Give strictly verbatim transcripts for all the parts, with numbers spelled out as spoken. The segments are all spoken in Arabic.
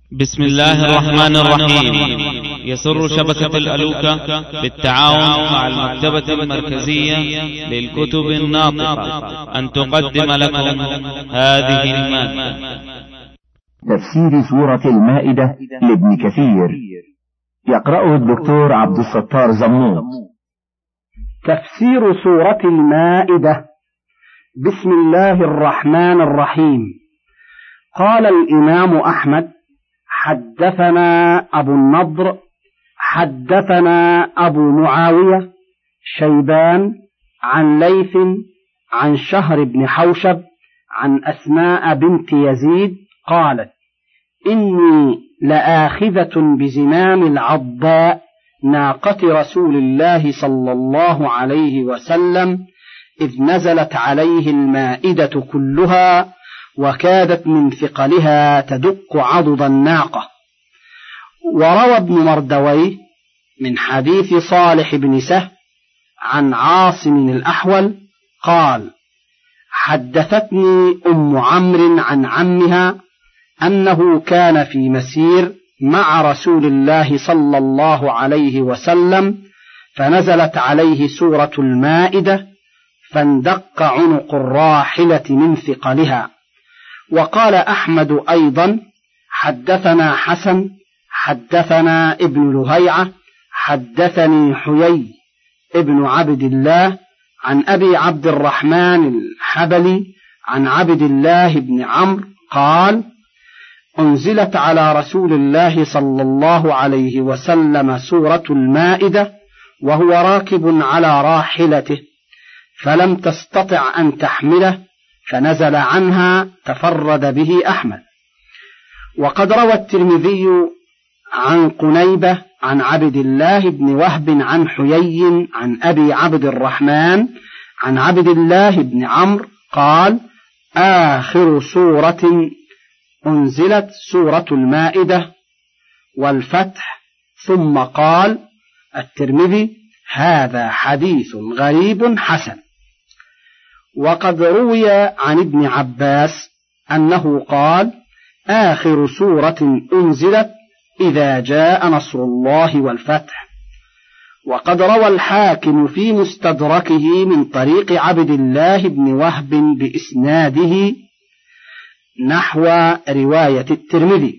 بسم الله الرحمن الرحيم. يسر شبكة الألوكة بالتعاون مع المكتبة المركزية للكتب الناطقة أن تقدم لكم هذه المادة. تفسير سورة المائدة لابن كثير، يقرأه الدكتور عبد الستار زموط. تفسير سورة المائدة. بسم الله الرحمن الرحيم. قال الإمام أحمد: حدثنا أبو النضر حدثنا أبو معاوية شيبان عن ليث عن شهر بن حوشب عن أسماء بنت يزيد قالت: إني لآخذة بزمام العضاء ناقة رسول الله صلى الله عليه وسلم إذ نزلت عليه المائدة كلها وكادت من ثقلها تدق عضد الناقة. وروى ابن مردويه من حديث صالح بن سهل عن عاصم الأحول قال: حدثتني أم عمرو عن عمها أنه كان في مسير مع رسول الله صلى الله عليه وسلم فنزلت عليه سورة المائدة فاندق عنق الراحلة من ثقلها. وقال أحمد أيضا: حدثنا حسن حدثنا ابن لهيعة حدثني حيي ابن عبد الله عن أبي عبد الرحمن الحبلي عن عبد الله بن عمرو قال: أنزلت على رسول الله صلى الله عليه وسلم سورة المائدة وهو راكب على راحلته فلم تستطع أن تحمله فنزل عنها تفرد به أحمد. وقد روى الترمذي عن قنيبة عن عبد الله بن وهب عن حيي عن أبي عبد الرحمن عن عبد الله بن عمرو قال: آخر سورة أنزلت سورة المائدة والفتح. ثم قال الترمذي: هذا حديث غريب حسن. وقد روي عن ابن عباس أنه قال: آخر سورة أنزلت إذا جاء نصر الله والفتح. وقد روى الحاكم في مستدركه من طريق عبد الله بن وهب بإسناده نحو رواية الترمذي.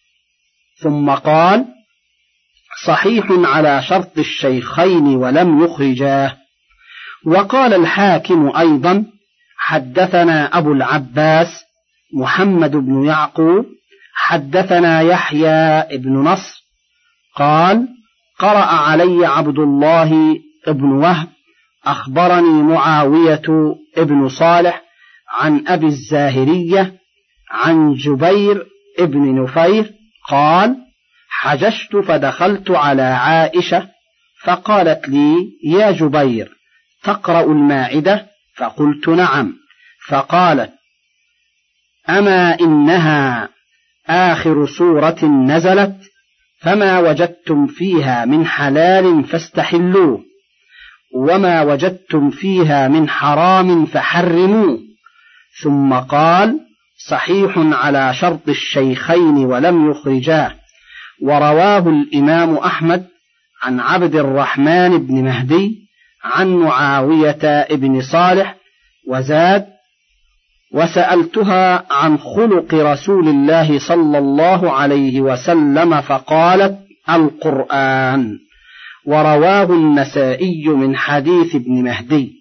ثم قال: صحيح على شرط الشيخين ولم يخرجاه. وقال الحاكم أيضا: حدثنا أبو العباس محمد بن يعقوب حدثنا يحيى بن نصر قال: قرأ علي عبد الله بن وهب أخبرني معاوية بن صالح عن أبي الزاهرية عن جبير بن نفير قال: حججت فدخلت على عائشة فقالت لي: يا جبير، تقرأ المائدة؟ فقلت: نعم. فقالت: أما إنها آخر سورة نزلت، فما وجدتم فيها من حلال فاستحلوه، وما وجدتم فيها من حرام فحرموه. ثم قال: صحيح على شرط الشيخين ولم يخرجاه. ورواه الإمام أحمد عن عبد الرحمن بن مهدي عن معاوية بن صالح. وزاد: وسألتها عن خلق رسول الله صلى الله عليه وسلم فقالت: القرآن. ورواه النسائي من حديث ابن مهدي.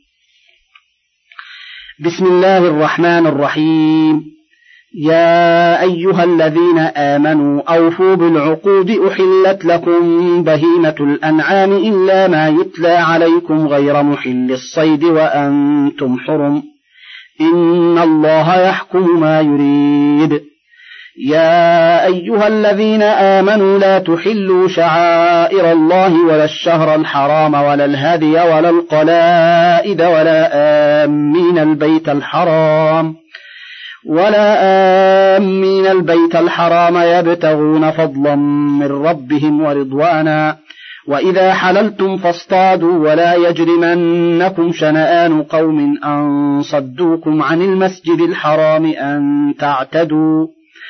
بسم الله الرحمن الرحيم. يا أيها الذين آمنوا أوفوا بالعقود أحلت لكم بهيمة الأنعام إلا ما يتلى عليكم غير محل الصيد وأنتم حرم إن الله يحكم ما يريد. يا أيها الذين آمنوا لا تحلوا شعائر الله ولا الشهر الحرام ولا الهدي ولا القلائد ولا آمين البيت الحرام ولا آمين البيت الحرام يبتغون فضلا من ربهم ورضوانا. وإذا حللتم فاصطادوا ولا يجرمنكم شنآن قوم أن صدوكم عن المسجد الحرام أن تعتدوا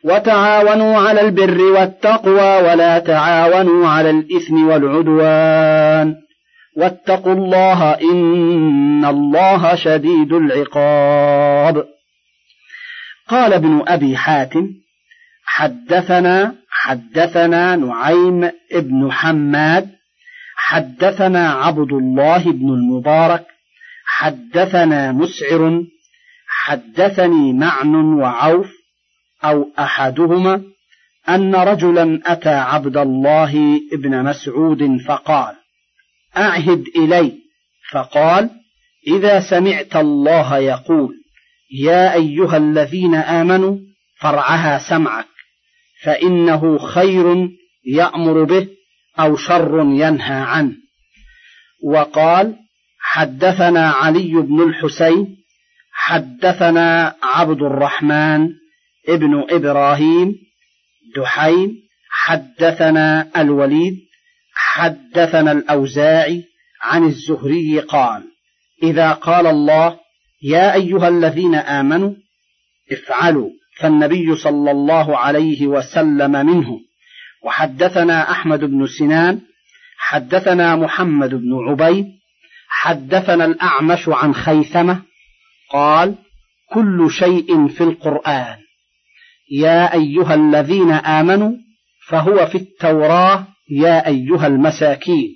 وتعاونوا على البر والتقوى ولا تعاونوا على الإثم والعدوان واتقوا الله إن الله شديد العقاب. قال ابن أبي حاتم حدثنا حدثنا نعيم ابن حماد حدثنا عبد الله بن المبارك حدثنا مسعر حدثني معن وعوف أو أحدهما أن رجلا أتى عبد الله بن مسعود فقال أعهد إلي، فقال إذا سمعت الله يقول يا أيها الذين آمنوا فارعها سمعك فإنه خير يأمر به أو شر ينهى عنه. وقال حدثنا علي بن الحسين حدثنا عبد الرحمن ابن إبراهيم دحيم حدثنا الوليد حدثنا الأوزاعي عن الزهري قال إذا قال الله يا أيها الذين آمنوا افعلوا فالنبي صلى الله عليه وسلم منه. وحدثنا أحمد بن سنان حدثنا محمد بن عبيد حدثنا الأعمش عن خيثمة قال كل شيء في القرآن يا أيها الذين آمنوا فهو في التوراة يا أيها المساكين.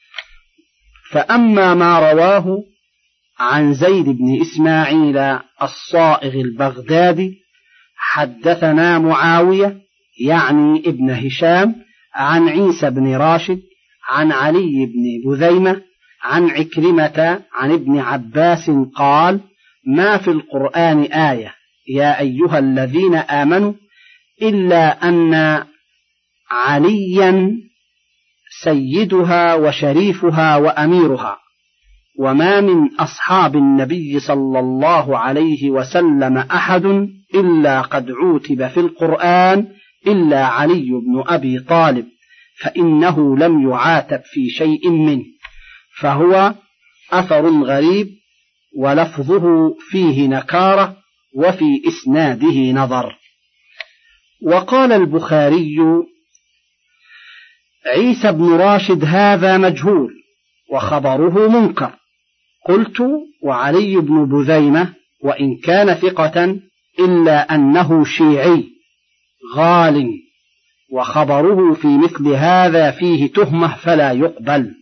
فأما ما رواه عن زيد بن إسماعيل الصائغ البغدادي حدثنا معاوية يعني ابن هشام عن عيسى بن راشد عن علي بن بذيمة عن عكرمة عن ابن عباس قال ما في القرآن آية يا أيها الذين آمنوا إلا أن عليا سيدها وشريفها وأميرها، وما من أصحاب النبي صلى الله عليه وسلم أحد إلا قد عوتب في القرآن إلا علي بن أبي طالب فإنه لم يعاتب في شيء منه، فهو أثر غريب ولفظه فيه نكارة وفي إسناده نظر. وقال البخاري عيسى بن راشد هذا مجهول وخبره منكر. قلت وعلي بن بذيمة وإن كان ثقة إلا أنه شيعي غال وخبره في مثل هذا فيه تهمة فلا يقبل.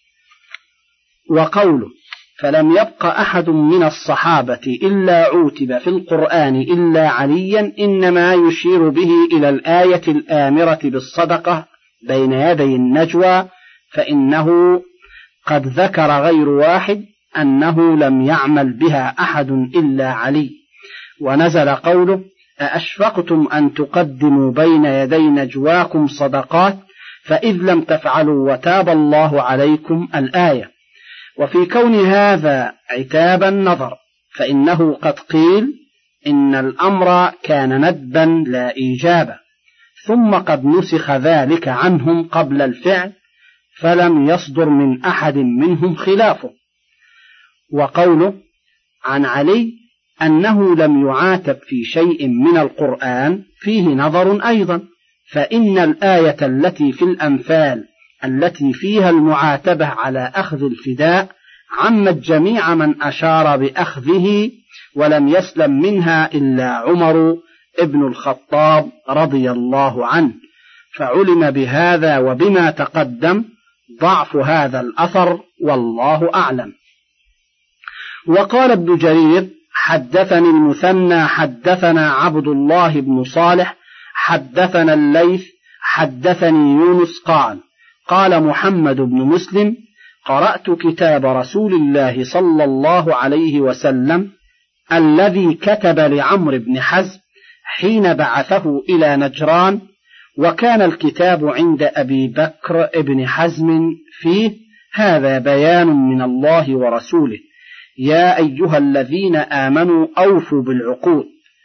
وقوله فلم يبق أحد من الصحابة إلا عوتب في القرآن إلا عليا إنما يشير به إلى الآية الآمرة بالصدقة بين يدي النجوى، فإنه قد ذكر غير واحد أنه لم يعمل بها أحد إلا علي. ونزل قوله أأشفقتم أن تقدموا بين يدي نجواكم صدقات فإذ لم تفعلوا وتاب الله عليكم الآية. وفي كون هذا عتابا نظر، فإنه قد قيل إن الأمر كان ندبا لا إيجابا، ثم قد نسخ ذلك عنهم قبل الفعل فلم يصدر من أحد منهم خلافه. وقوله عن علي أنه لم يعاتب في شيء من القرآن فيه نظر أيضا، فإن الآية التي في الأنفال التي فيها المعاتبة على أخذ الفداء عمت جميع من أشار بأخذه ولم يسلم منها إلا عمر ابن الخطاب رضي الله عنه، فعلم بهذا وبما تقدم ضعف هذا الأثر والله أعلم. وقال ابن جرير حدثني المثنى حدثنا عبد الله بن صالح حدثنا الليث حدثني يونس قال قال محمد بن مسلم قرأت كتاب رسول الله صلى الله عليه وسلم الذي كتب لعمرو بن حزم حين بعثه إلى نجران، وكان الكتاب عند أبي بكر بن حزم فيه هذا بيان من الله ورسوله يا أيها الذين آمنوا أوفوا بالعقود،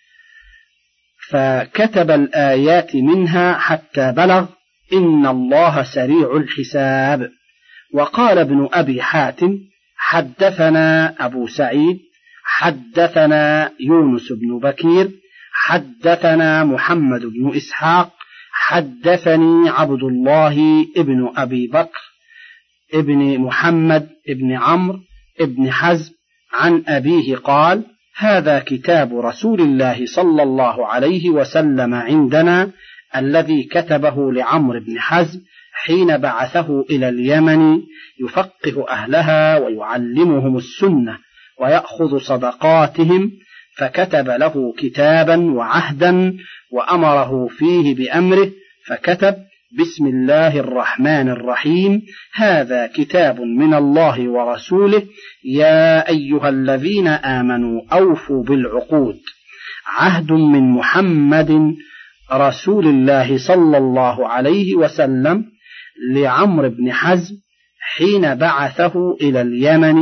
فكتب الآيات منها حتى بلغ إن الله سريع الحساب. وقال ابن أبي حاتم حدثنا أبو سعيد حدثنا يونس بن بكير حدثنا محمد بن إسحاق حدثني عبد الله ابن أبي بكر ابن محمد ابن عمرو ابن حزم عن أبيه قال: هذا كتاب رسول الله صلى الله عليه وسلم عندنا الذي كتبه لعمرو بن حزم حين بعثه إلى اليمن يفقه أهلها ويعلمهم السنة ويأخذ صدقاتهم، فكتب له كتابا وعهدا وأمره فيه بأمره، فكتب: بسم الله الرحمن الرحيم، هذا كتاب من الله ورسوله، يا أيها الذين آمنوا أوفوا بالعقود، عهد من محمد رسول الله صلى الله عليه وسلم لعمرو بن حزم حين بعثه إلى اليمن،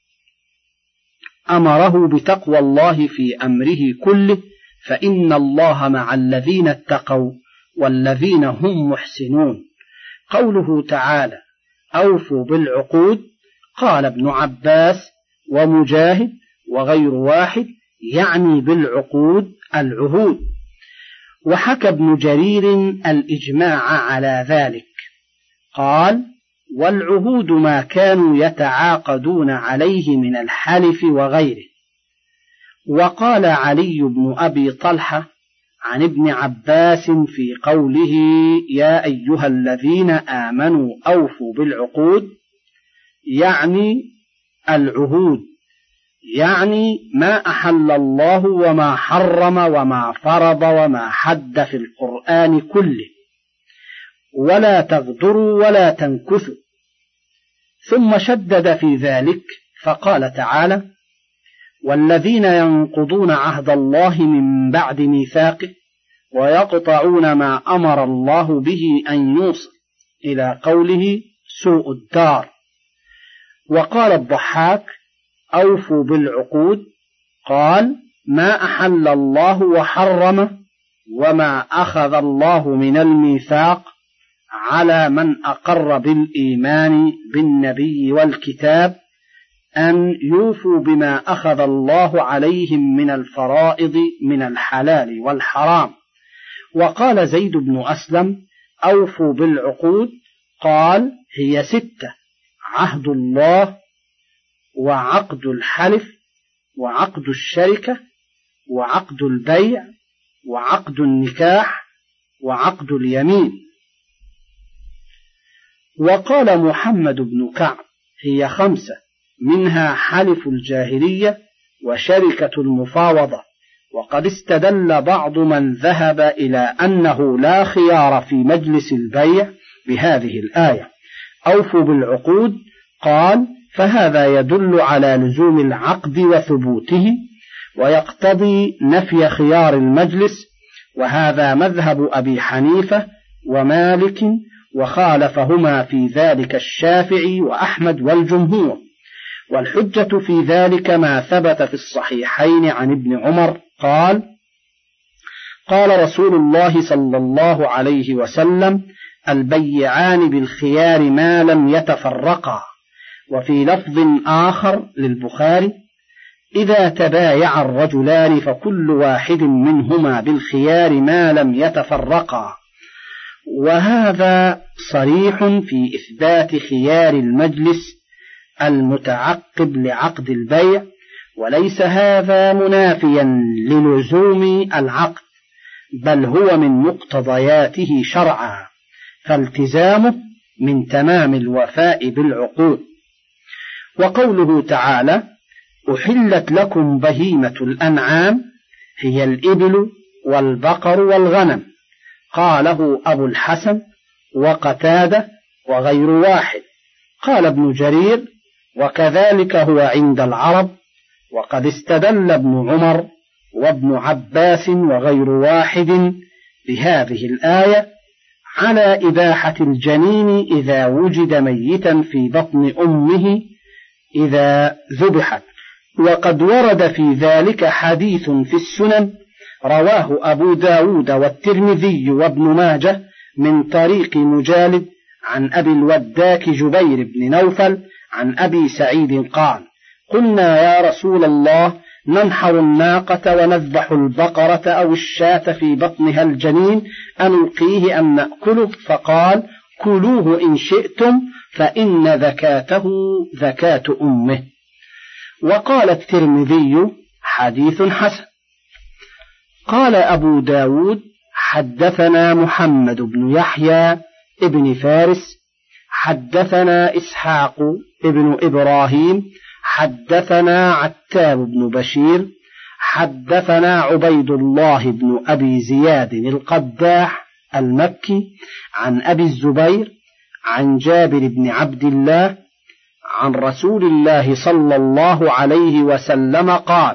أمره بتقوى الله في أمره كله، فإن الله مع الذين اتقوا والذين هم محسنون. قوله تعالى: أوفوا بالعقود، قال ابن عباس ومجاهد وغير واحد يعني بالعقود العهود. وحكى ابن جرير الإجماع على ذلك، قال: والعهود ما كانوا يتعاقدون عليه من الحلف وغيره. وقال علي بن أبي طلحة عن ابن عباس في قوله: يا أيها الذين آمنوا أوفوا بالعقود، يعني العهود، يعني ما أحل الله وما حرم وما فرض وما حد في القرآن كله، ولا تغدروا ولا تنكثوا. ثم شدد في ذلك فقال تعالى: والذين ينقضون عهد الله من بعد ميثاقه ويقطعون ما أمر الله به أن يوصل، إلى قوله: سوء الدار. وقال الضحاك: أوفوا بالعقود، قال: ما أحل الله وحرمه وما أخذ الله من الميثاق على من أقر بالإيمان بالنبي والكتاب أن يوفوا بما أخذ الله عليهم من الفرائض من الحلال والحرام. وقال زيد بن أسلم: أوفوا بالعقود، قال: هي ستة: عهد الله، وعقد الحلف، وعقد الشركة، وعقد البيع، وعقد النكاح، وعقد اليمين. وقال محمد بن كعب: هي خمسة، منها حلف الجاهلية وشركة المفاوضة. وقد استدل بعض من ذهب إلى أنه لا خيار في مجلس البيع بهذه الآية: أوفوا بالعقود، قال: فهذا يدل على لزوم العقد وثبوته، ويقتضي نفي خيار المجلس، وهذا مذهب أبي حنيفة ومالك، وخالفهما في ذلك الشافعي وأحمد والجمهور. والحجة في ذلك ما ثبت في الصحيحين عن ابن عمر قال: قال رسول الله صلى الله عليه وسلم: البيعان بالخيار ما لم يتفرقا. وفي لفظ آخر للبخاري: إذا تبايع الرجلان فكل واحد منهما بالخيار ما لم يتفرقا. وهذا صريح في إثبات خيار المجلس المتعقب لعقد البيع، وليس هذا منافيا للزوم العقد، بل هو من مقتضياته شرعا، فالتزامه من تمام الوفاء بالعقود. وقوله تعالى: أحلت لكم بهيمة الأنعام، هي الإبل والبقر والغنم، قاله أبو الحسن وقتادة وغير واحد. قال ابن جرير: وكذلك هو عند العرب. وقد استدل ابن عمر وابن عباس وغير واحد بهذه الآية على إباحة الجنين إذا وجد ميتا في بطن أمه إذا ذبحت. وقد ورد في ذلك حديث في السنن رواه أبو داود والترمذي وابن ماجه من طريق مجالد عن أبي الوداك جبير بن نوفل عن أبي سعيد قال: قلنا يا رسول الله، ننحر الناقة ونذبح البقرة أو الشاة في بطنها الجنين أنلقيه أم نأكله؟ فقال كلوه إن شئتم فإن ذكاته ذكاة أمه. وقال الترمذي حديث حسن. قال أبو داود حدثنا محمد بن يحيى ابن فارس حدثنا إسحاق ابن إبراهيم حدثنا عتاب بن بشير حدثنا عبيد الله بن أبي زياد القداح المكي عن أبي الزبير عن جابر بن عبد الله عن رسول الله صلى الله عليه وسلم قال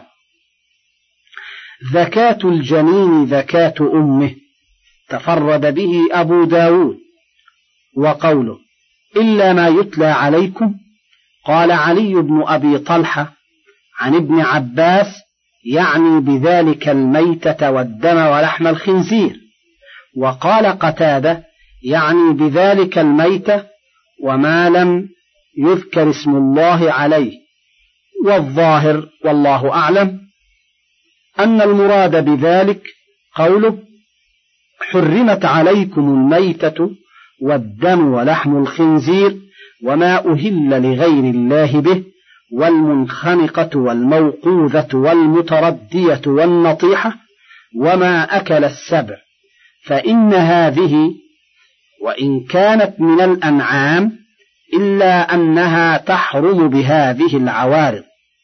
زكاة الجنين زكاة أمه. تفرد به أبو داود. وقوله إلا ما يتلى عليكم قال علي بن أبي طلحة عن ابن عباس يعني بذلك الميتة والدم ولحم الخنزير. وقال قتادة يعني بذلك الميتة وما لم يذكر اسم الله عليه. والظاهر والله أعلم أن المراد بذلك قوله حرمت عليكم الميتة والدم ولحم الخنزير وما أهل لغير الله به والمنخنقة والموقوذة والمتردية والنطيحة وما أكل السبع، فإن هذه وإن كانت من الأنعام إلا أنها تحرم بهذه العوارض.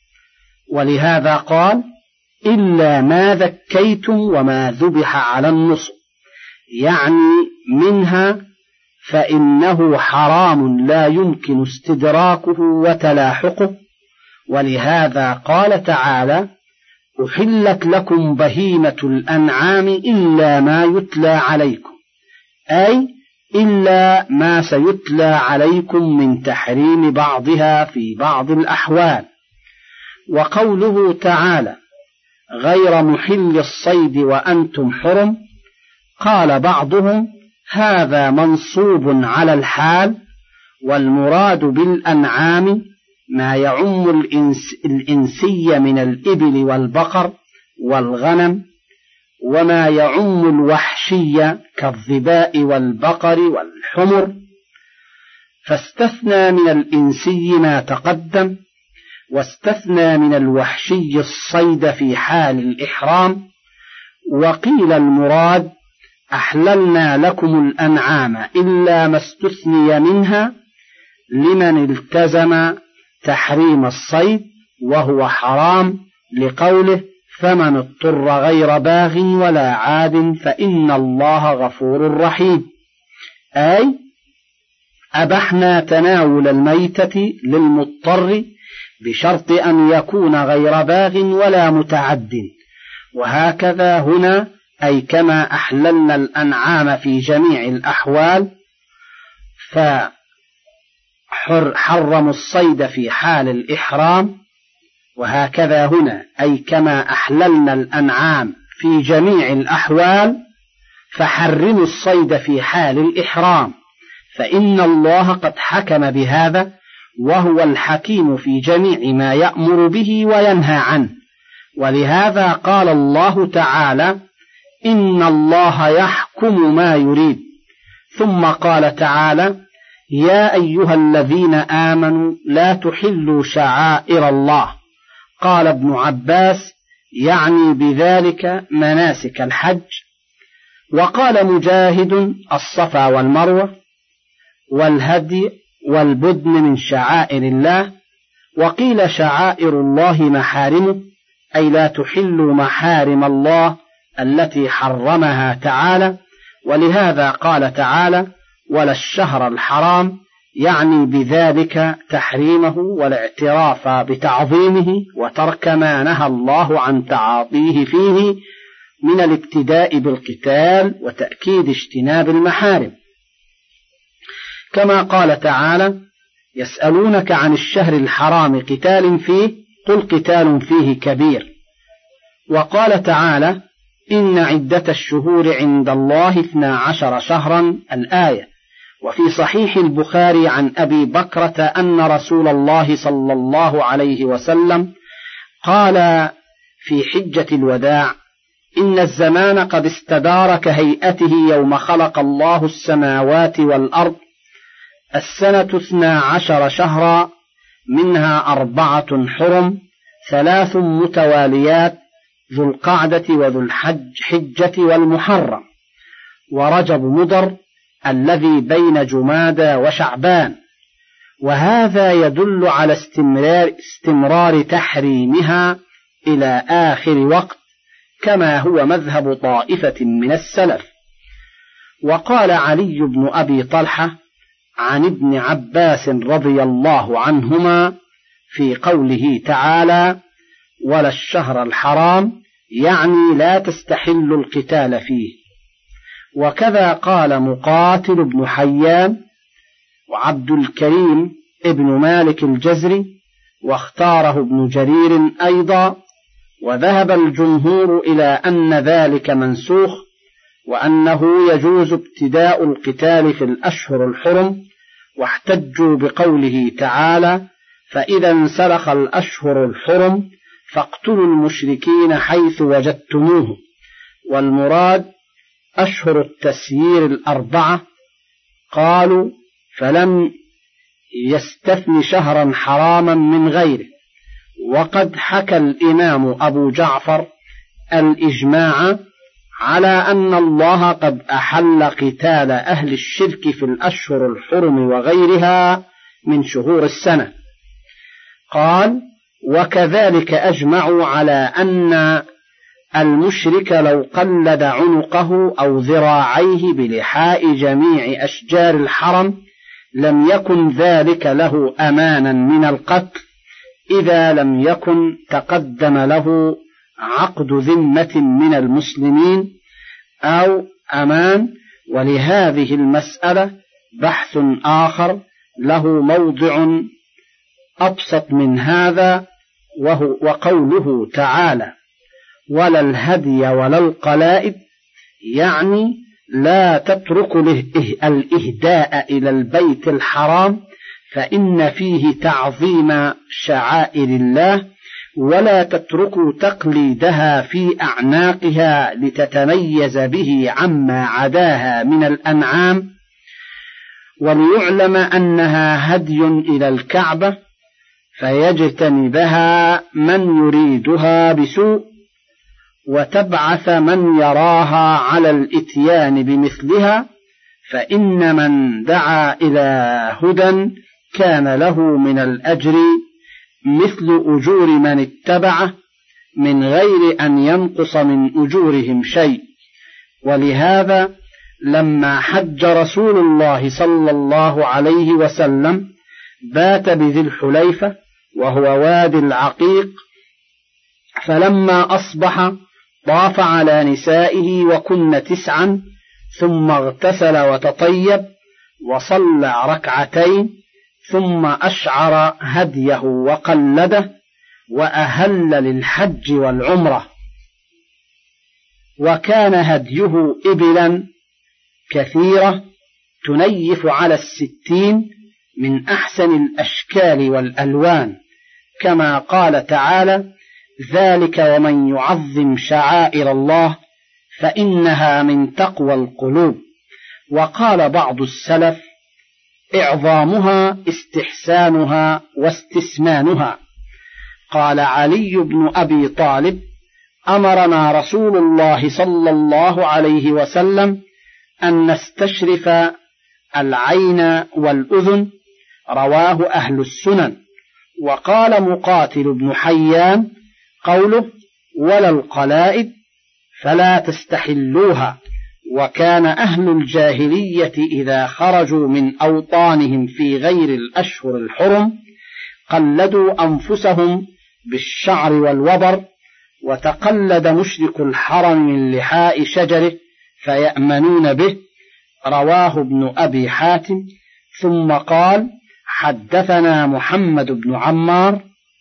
ولهذا قال إلا ما ذكيتم وما ذبح على النصب، يعني منها فإنه حرام لا يمكن استدراكه وتلاحقه. ولهذا قال تعالى أحلت لكم بهيمة الأنعام إلا ما يتلى عليكم، أي إلا ما سيتلى عليكم من تحريم بعضها في بعض الأحوال. وقوله تعالى غير محل الصيد وأنتم حرم، قال بعضهم هذا منصوب على الحال، والمراد بالأنعام ما يعم الإنس الإنسي من الإبل والبقر والغنم، وما يعم الوحشي كالظباء والبقر والحمر، فاستثنى من الإنسي ما تقدم، واستثنى من الوحشي الصيد في حال الإحرام. وقيل المراد أحللنا لكم الأنعام إلا ما استثني منها لمن التزم تحريم الصيد وهو حرام، لقوله فمن اضطر غير باغ ولا عاد فإن الله غفور رحيم، أي أبحنا تناول الميتة للمضطر بشرط أن يكون غير باغ ولا متعد. وهكذا هنا أي كما أحللنا الأنعام في جميع الأحوال فحرموا الصيد في حال الإحرام، وهكذا هنا أي كما أحللنا الأنعام في جميع الأحوال فحرموا الصيد في حال الإحرام، فإن الله قد حكم بهذا وهو الحكيم في جميع ما يأمر به وينهى عنه. ولهذا قال الله تعالى إن الله يحكم ما يريد. ثم قال تعالى يا أيها الذين آمنوا لا تحلوا شعائر الله. قال ابن عباس يعني بذلك مناسك الحج. وقال مجاهد الصفا والمروة والهدي والبدن من شعائر الله. وقيل شعائر الله محارمه، أي لا تحلوا محارم الله التي حرمها تعالى. ولهذا قال تعالى ولا الشهر الحرام، يعني بذلك تحريمه والاعتراف بتعظيمه وترك ما نهى الله عن تعاطيه فيه من الابتداء بالقتال وتأكيد اجتناب المحارم. كما قال تعالى يسألونك عن الشهر الحرام قتال فيه قل قتال فيه كبير. وقال تعالى إن عدة الشهور عند الله اثنا عشر شهرا الآية. وفي صحيح البخاري عن أبي بكرة أن رسول الله صلى الله عليه وسلم قال في حجة الوداع: إن الزمان قد استدار كهيئته يوم خلق الله السماوات والأرض، السنة اثنا عشر شهرا، منها أربعة حرم، ثلاث متواليات، ذو القعدة وذو الحجة والمحرم، ورجب مضر الذي بين جمادى وشعبان. وهذا يدل على استمرار, استمرار تحريمها إلى آخر وقت، كما هو مذهب طائفة من السلف. وقال علي بن أبي طلحة عن ابن عباس رضي الله عنهما في قوله تعالى: ولا الشهر الحرام، يعني لا تستحل القتال فيه. وكذا قال مقاتل بن حيان وعبد الكريم ابن مالك الجزري، واختاره ابن جرير أيضا. وذهب الجمهور إلى أن ذلك منسوخ، وأنه يجوز ابتداء القتال في الأشهر الحرم، واحتجوا بقوله تعالى: فإذا انسلخ الأشهر الحرم فاقتلوا المشركين حيث وجدتموه. والمراد أشهر التسيير الأربعة. قالوا: فلم يستثن شهرا حراما من غيره. وقد حكى الإمام أبو جعفر الإجماع على أن الله قد أحل قتال أهل الشرك في الأشهر الحرم وغيرها من شهور السنة. قال: وكذلك أجمعوا على أن المشرك لو قلد عنقه أو ذراعيه بلحاء جميع أشجار الحرم لم يكن ذلك له أمانا من القتل، إذا لم يكن تقدم له عقد ذمة من المسلمين أو أمان. ولهذه المسألة بحث آخر له موضع أبسط من هذا، وهو وقوله تعالى: ولا الهدي ولا القلائد، يعني لا تترك الإهداء إلى البيت الحرام، فإن فيه تعظيم شعائر الله، ولا تتركوا تقليدها في أعناقها لتتميز به عما عداها من الأنعام، وليعلم أنها هدي إلى الكعبة، فيجتنبها من يريدها بسوء، وتبعث من يراها على الإتيان بمثلها، فإن من دعا إلى هدى كان له من الأجر مثل أجور من اتبعه من غير أن ينقص من أجورهم شيء. ولهذا لما حج رسول الله صلى الله عليه وسلم بات بذي الحليفة وهو وادي العقيق، فلما أصبح طاف على نسائه وكن تسعا، ثم اغتسل وتطيب وصلى ركعتين، ثم أشعر هديه وقلده، وأهل للحج والعمرة. وكان هديه إبلا كثيرة تنيف على الستين من أحسن الأشكال والألوان، كما قال تعالى: ذلك ومن يعظم شعائر الله فإنها من تقوى القلوب. وقال بعض السلف: إعظامها استحسانها واستسمانها. قال علي بن أبي طالب: أمرنا رسول الله صلى الله عليه وسلم أن نستشرف العين والأذن، رواه أهل السنن. وقال مقاتل بن حيان قوله: ولا القلائد، فلا تستحلوها. وكان أهل الجاهلية إذا خرجوا من أوطانهم في غير الأشهر الحرم قلدوا أنفسهم بالشعر والوبر، وتقلد مشرك الحرم من لحاء شجره فيأمنون به، رواه ابن أبي حاتم. ثم قال: حدثنا محمد بن عمار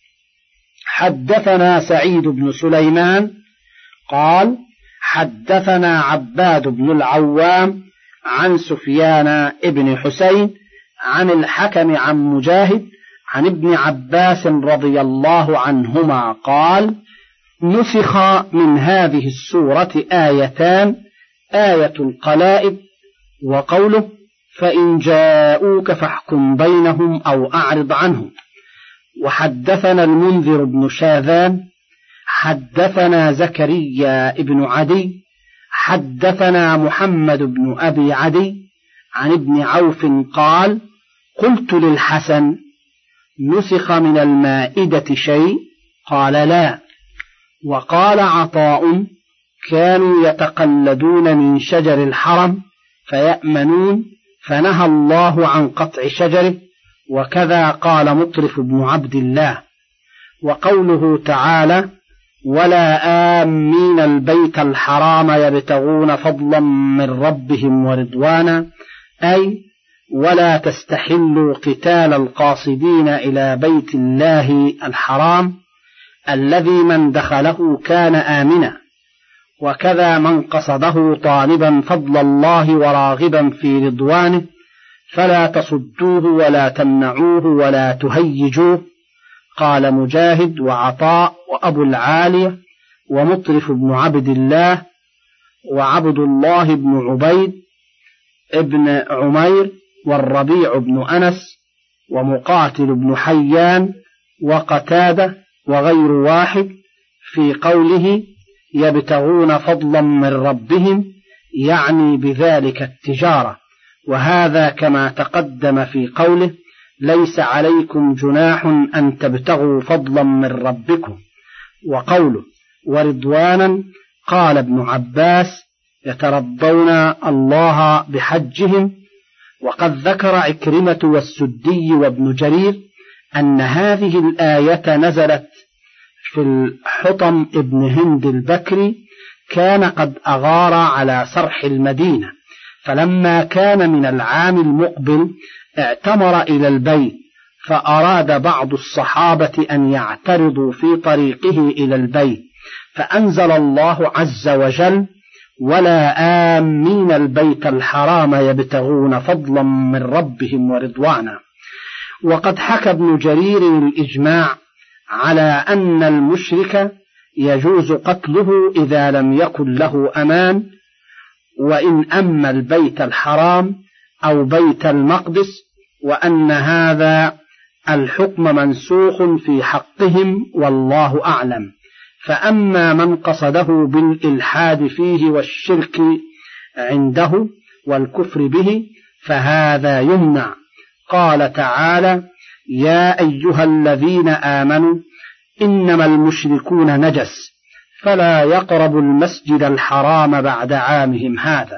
حدثنا سعيد بن سليمان قال: حدثنا عباد بن العوام عن سفيان ابن حسين عن الحكم عن مجاهد عن ابن عباس رضي الله عنهما قال: نسخ من هذه السورة آيتان: آية القلائد، وقوله: فإن جاءوك فاحكم بينهم أو أعرض عنهم. وحدثنا المنذر بن شاذان حدثنا زكريا بن عدي حدثنا محمد بن أبي عدي عن ابن عوف قال: قلت للحسن: نسخ من المائدة شيء؟ قال: لا. وقال عطاء: كانوا يتقلدون من شجر الحرم فيأمنون، فنهى الله عن قطع شجره. وكذا قال مطرف بن عبد الله. وقوله تعالى: ولا آمين البيت الحرام يبتغون فضلا من ربهم ورضوانا، أي ولا تستحلوا قتال القاصدين إلى بيت الله الحرام الذي من دخله كان آمنا. وكذا من قصده طالبا فضل الله وراغبا في رضوانه فلا تصدوه ولا تمنعوه ولا تهيجوه. قال مجاهد وعطاء وأبو العالية ومطرف بن عبد الله وعبد الله بن عبيد ابن عمير والربيع بن أنس ومقاتل بن حيان وقتادة وغير واحد في قوله: يبتغون فضلا من ربهم، يعني بذلك التجارة. وهذا كما تقدم في قوله: ليس عليكم جناح أن تبتغوا فضلا من ربكم. وقوله: ورضوانا، قال ابن عباس: يترضون الله بحجهم. وقد ذكر عكرمة والسدي وابن جرير أن هذه الآية نزلت في الحطم ابن هند البكري، كان قد أغار على صرح المدينة، فلما كان من العام المقبل اعتمر إلى البيت، فأراد بعض الصحابة أن يعترضوا في طريقه إلى البيت، فأنزل الله عز وجل: ولا آمين البيت الحرام يبتغون فضلا من ربهم ورضوانا. وقد حكى ابن جرير الإجماع على أن المشرك يجوز قتله إذا لم يكن له أمان، وإن أما البيت الحرام أو بيت المقدس، وأن هذا الحكم منسوخ في حقهم والله أعلم. فأما من قصده بالإلحاد فيه والشرك عنده والكفر به فهذا يمنع. قال تعالى: يا أيها الذين آمنوا إنما المشركون نجس فلا يقربوا المسجد الحرام بعد عامهم هذا.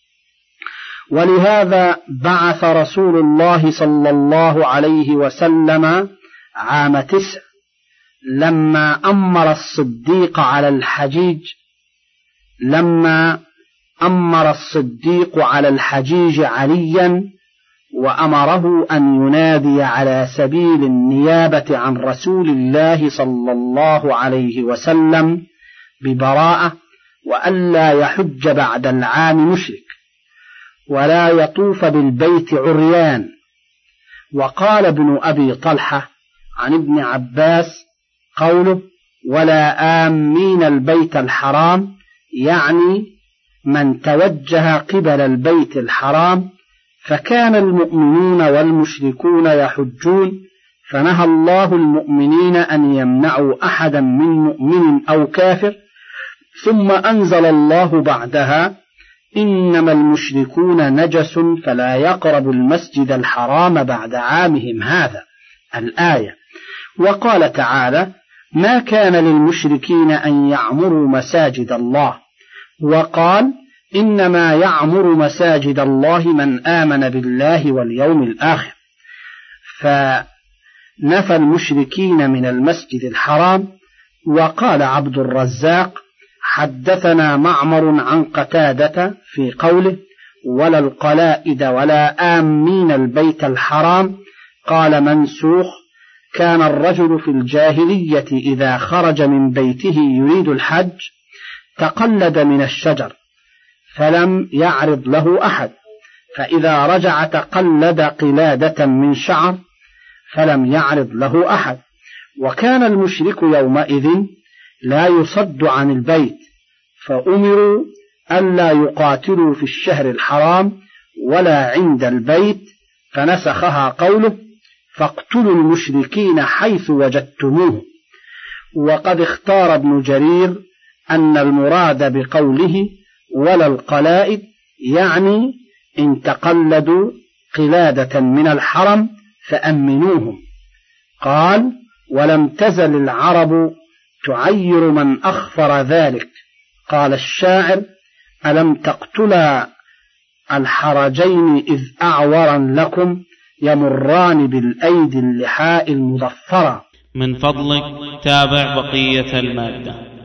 ولهذا بعث رسول الله صلى الله عليه وسلم عام تسع لما أمر الصديق على الحجيج لما أمر الصديق على الحجيج عليا، وأمره أن ينادي على سبيل النيابة عن رسول الله صلى الله عليه وسلم ببراءة، وألا يحج بعد العام مشرك، ولا يطوف بالبيت عريان. وقال ابن أبي طلحة عن ابن عباس قوله: ولا آمين البيت الحرام، يعني من توجه قبل البيت الحرام، فكان المؤمنون والمشركون يحجون، فنهى الله المؤمنين أن يمنعوا أحدا من مؤمن أو كافر، ثم أنزل الله بعدها: إنما المشركون نجس فلا يقربوا المسجد الحرام بعد عامهم هذا، الآية. وقال تعالى: ما كان للمشركين أن يعمروا مساجد الله، وقال: إنما يعمر مساجد الله من آمن بالله واليوم الآخر، فنفى المشركين من المسجد الحرام. وقال عبد الرزاق: حدثنا معمر عن قتادة في قوله: ولا القلائد ولا آمين البيت الحرام، قال منسوخ. كان الرجل في الجاهلية إذا خرج من بيته يريد الحج تقلد من الشجر فلم يعرض له أحد، فإذا رجع تقلد قلادة من شعر فلم يعرض له أحد. وكان المشرك يومئذ لا يصد عن البيت، فأمروا ألا يقاتلوا في الشهر الحرام ولا عند البيت، فنسخها قوله فاقتلوا المشركين حيث وجدتموه. وقد اختار ابن جرير أن المراد بقوله ولا القلائد يعني إن تقلدوا قلادة من الحرم فأمنوهم. قال ولم تزل العرب تعير من أخفر ذلك. قال الشاعر ألم تقتلا الحرجين إذ أعورا لكم يمران بالأيدي اللحاء المظفرة. من فضلك تابع بقية المادة.